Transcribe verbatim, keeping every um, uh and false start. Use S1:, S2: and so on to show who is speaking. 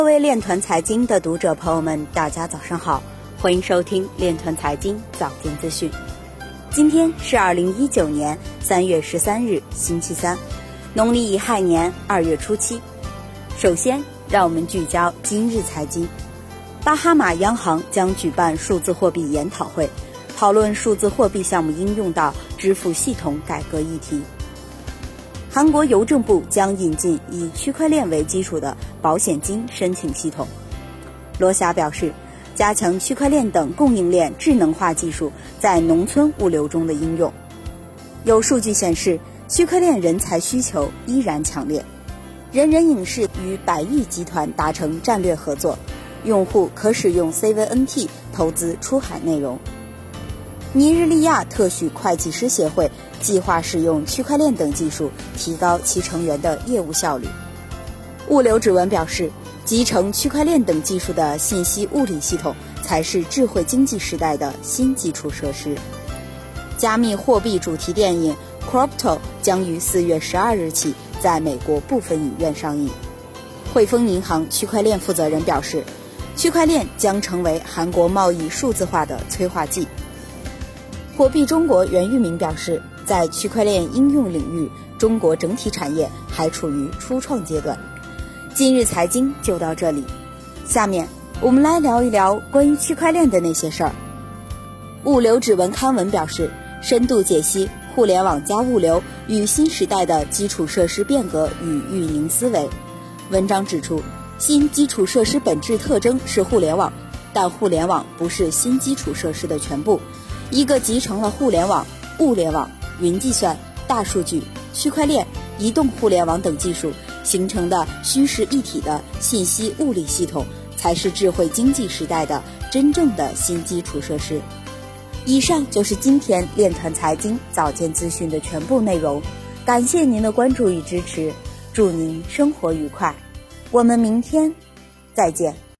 S1: 各位链团财经的读者朋友们，大家早上好，欢迎收听链团财经早间资讯。今天是二零一九年三月十三日，星期三，农历乙亥年二月初七。首先，让我们聚焦今日财经。巴哈马央行将举办数字货币研讨会，讨论数字货币项目应用到支付系统改革议题。韩国邮政部将引进以区块链为基础的保险金申请系统。罗霞表示，加强区块链等供应链智能化技术在农村物流中的应用。有数据显示，区块链人才需求依然强烈。人人影视与百亿集团达成战略合作，用户可使用 C V N T 投资出海内容。尼日利亚特许会计师协会计划使用区块链等技术，提高其成员的业务效率。物流指纹表示，集成区块链等技术的信息物理系统才是智慧经济时代的新基础设施。加密货币主题电影 Crypto 将于四月十二日起在美国部分影院上映。汇丰银行区块链负责人表示，区块链将成为韩国贸易数字化的催化剂。火币中国袁玉明表示，在区块链应用领域，中国整体产业还处于初创阶段。今日财经就到这里，下面我们来聊一聊关于区块链的那些事儿。物流指纹刊文表示，深度解析互联网加物流与新时代的基础设施变革与运营思维。文章指出，新基础设施本质特征是互联网，但互联网不是新基础设施的全部。一个集成了互联网、物联网、云计算、大数据、区块链、移动互联网等技术形成的虚实一体的信息物理系统，才是智慧经济时代的真正的新基础设施。以上就是今天链团财经早间资讯的全部内容，感谢您的关注与支持，祝您生活愉快，我们明天再见。